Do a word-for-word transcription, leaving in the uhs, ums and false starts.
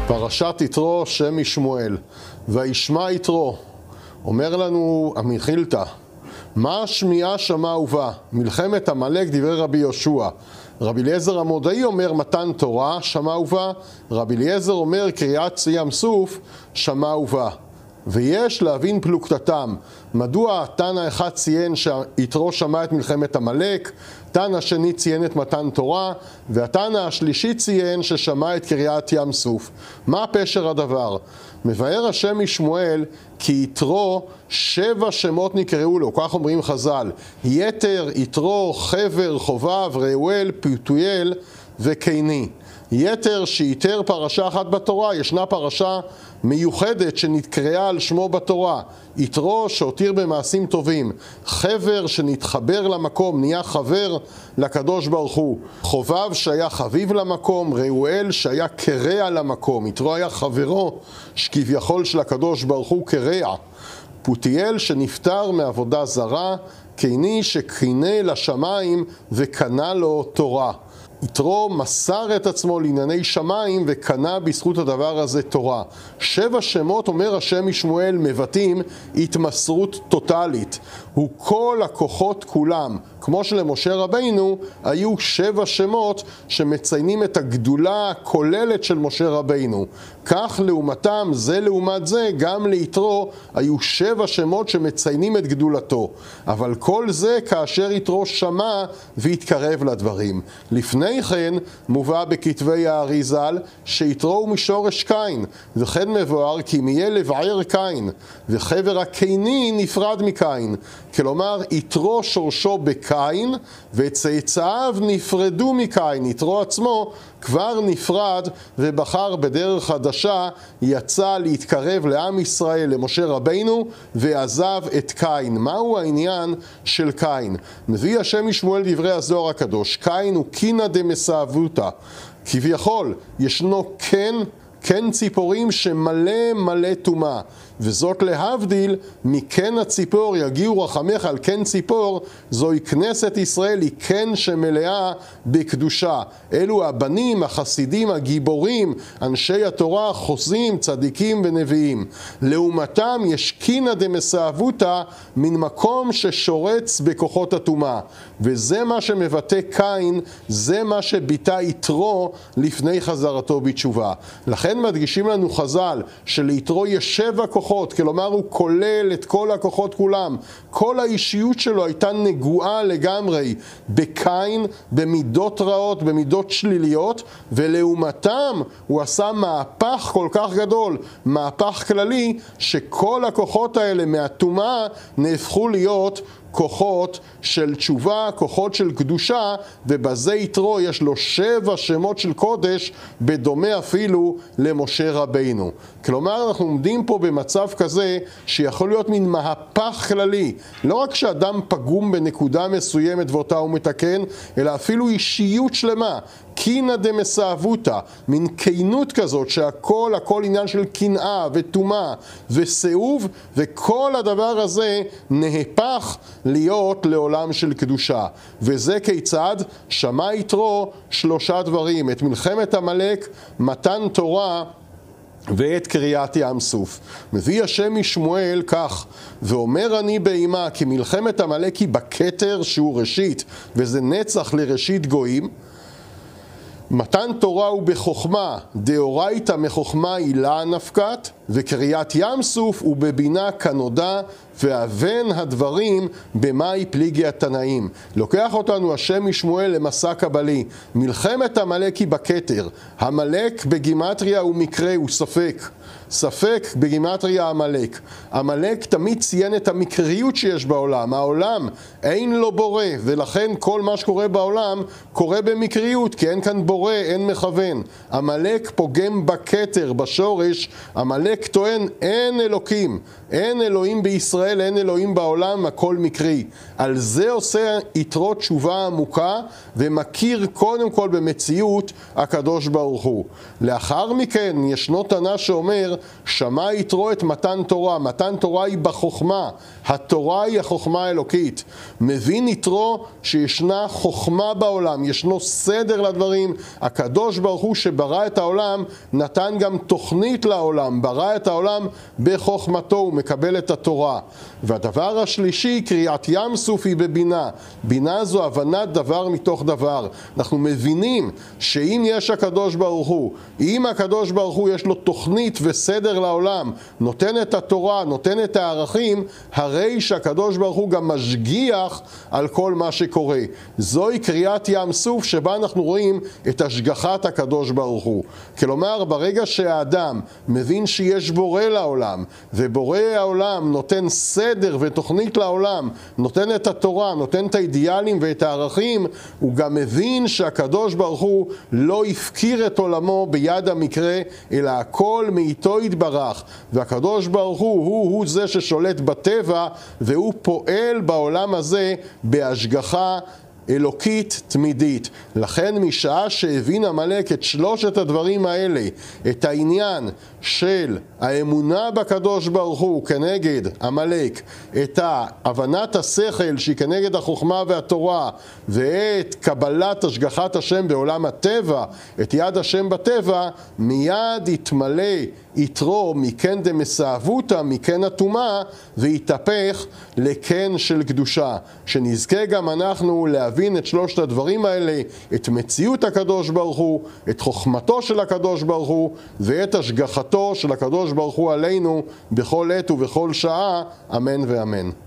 פרשת יתרו, שם משמואל. וישמע יתרו, אומר לנו המחילתא, מה שמיעה שמע ובא? מלחמת עמלק, דברי רבי יהושע. רבי אליעזר המודעי אומר מתן תורה, שמע ובא. רבי אליעזר אומר קריאת ים סוף, שמע ובא. ויש להבין פלוגתתם. מדוע תנא אחד ציין שיתרו שמע את מלחמת עמלק, תנא השני ציין את מתן תורה, והתנא השלישי ציין ששמע את קריאת ים סוף. מה פשר הדבר? מבאר השם משמואל כי יתרו שבע שמות נקראו לו, כך אומרים חז"ל: יתר, יתרו, חבר, חובב, ראואל, פתואל וקיני. יתר שיתר פרשה אחת בתורה, ישנה פרשה מיוחדת שנתקראה על שמו בתורה. יתרו שהותיר במעשים טובים, חבר שנתחבר למקום, נהיה חבר לקדוש ברוך הוא, חובב שהיה חביב למקום, ראואל שהיה קרע למקום, יתרו היה חברו שכביכול של הקדוש ברוך הוא קרע, פתואל שנפטר מעבודה זרה, קיני שקינא לשמיים וקנה לו תורה. יתרו מסר את עצמו לענייני שמיים וקנה בזכות הדבר הזה תורה. שבע שמות, אומר השם משמואל, מבטאים התמסרות טוטלית. הוא כל הכוחות כולם. כמו שלמשה רבינו היו שבע שמות שמציינים את הגדולה הכוללת של משה רבינו. כך לעומתם, זה לעומת זה, גם ליתרו היו שבע שמות שמציינים את גדולתו. אבל כל זה כאשר יתרו שמע והתקרב לדברים. לפני כן מובא בכתבי הארי ז"ל שיתרו הוא משורש קין, וכן מבואר כי אם יהיה לבער קין וחבר הקיני נפרד מקין. כלומר יתרו שורשו בקין וצאצאיו נפרדו מקין. יתרו עצמו כבר נפרד ובחר בדרך חדשה, יצא להתקרב לעם ישראל, למשה רבינו, ועזב את קין. מהו העניין של קין? מביא השם משמואל דברי הזוהר הקדוש, קין הוא קינא דמסאבותא. כביכול ישנו קן, קן ציפורים שמלא מלא טומאה, וזאת להבדיל מקן הציפור. יגיעו רחמך על קן ציפור, זוהי כנסת ישראל, היא קן שמלאה בקדושה. אלו הבנים, החסידים, הגיבורים, אנשי התורה, חוזים, צדיקים ונביאים. לעומתם יש קינא דמסאבותא, מן מקום ששורץ בכוחות הטומאה, וזה מה שמבטא קין, זה מה שביטא יתרו לפני חזרתו בתשובה. לכן מדגישים לנו חז"ל שליתרו יש שבע כוחות, כלומר הוא כולל את כל הכוחות כולם. כל האישיות שלו הייתה נגועה לגמרי בקין, במידות רעות, במידות שליליות, ולעומתם הוא עשה מהפך כל כך גדול, מהפך כללי, שכל הכוחות האלה מהטומאה נהפכו להיות כוחות של תשובה, כוחות של קדושה, ובזה יתרו יש לו שבע שמות של קודש, בדומה אפילו למשה רבינו. כלומר אנחנו עומדים פה במצב כזה שיכול להיות מין מהפך כללי, לא רק שאדם פגום בנקודה מסוימת ואותה הוא מתקן, אלא אפילו אישיות שלמה, קינא דמסאבותא, מין קינות כזאת שהכל הכל עניין של קנאה וטומאה וסיאוב, וכל הדבר הזה נהפך להיות לעולם של קדושה. וזה כיצד? שמע יתרו שלושה דברים: את מלחמת עמלק, מתן תורה ואת קריאת ים סוף. מביא השם משמואל כך: ואומר אני באימה כי מלחמת עמלק היא בכתר שהוא ראשית, וזה נצח לראשית גויים. מתן תורה הוא בחוכמה, דאורייתא מחוכמה הילה נפקת, וקריאת ים סוף הוא בבינה כנודע, ואבן הדברים במאי פליגי התנאים. לוקח אותנו השם משמואל למסע קבלי. מלחמת עמלק היא בכתר. עמלק בגימטריה הוא מקרה, הוא ספק. ספק בגימטריה עמלק. עמלק תמיד ציין את המקריות שיש בעולם. העולם אין לו בורא, ולכן כל מה שקורה בעולם קורה במקריות, כי אין כאן בורא, אין מכוון. עמלק פוגם בכתר, בשורש. עמלק טוען אין אלוקים, אין אלוהים בישראל, אין אלוהים בעולם, הכל מקרי. על זה עושה יתרו תשובה עמוקה ומכיר קודם כל במציאות הקדוש ברוך הוא. לאחר מכן ישנו תנא שאומר, שמע יתרו את מתן תורה. מתן תורה היא בחוכמה, התורה היא החוכמה האלוקית. מבין יתרו שישנה חוכמה בעולם, ישנו סדר לדברים. הקדוש ברוך הוא שברא את העולם נתן גם תוכנית לעולם, ברא את העולם בחוכמתו, הוא מקבל את התורה. והדבר השלישי, קריאת ים סוף היא בבינה. בינה זו הבנת דבר מתוך דבר. אנחנו מבינים שאם יש הקדוש ברוך הוא, אם הקדוש ברוך הוא יש לו תוכנית וסדר לעולם, נותן את התורה, נותן את הערכים, הרי שהקדוש ברוך הוא גם משגיח על כל מה שקורה. זוהי קריאת ים סוף שבה אנחנו רואים את השגחת הקדוש ברוך הוא. כלומר, ברגע שהאדם מבין שיש בורא לעולם, ובורא העולם נותן סדר ותוכנית לעולם, נותן את התורה, נותן את האידיאלים ואת הערכים, הוא גם מבין שהקדוש ברוך הוא לא הפקיר את עולמו ביד המקרה, אלא הכל מאיתו יתברך, והקדוש ברוך הוא הוא, הוא זה ששולט בטבע, והוא פועל בעולם הזה בהשגחה אלוקית תמידית. לכן משעה שהבין עמלק את שלושת הדברים האלה, את העניין של האמונה בקדוש ברוך הוא כנגד עמלק, את הבנת השכל שהיא כנגד החוכמה והתורה, ואת קבלת השגחת השם בעולם הטבע, את יד השם בטבע, מיד יתמלא יתרו מכן דמסאבותא, מכן הטומאה, ויתהפך לכן של קדושה. שנזכה גם אנחנו להבין את שלושת הדברים האלה, את מציאות הקדוש ברוך הוא, את חוכמתו של הקדוש ברוך הוא, ואת השגחתו של הקדוש ברוך הוא עלינו בכל עת ובכל שעה, אמן ואמן.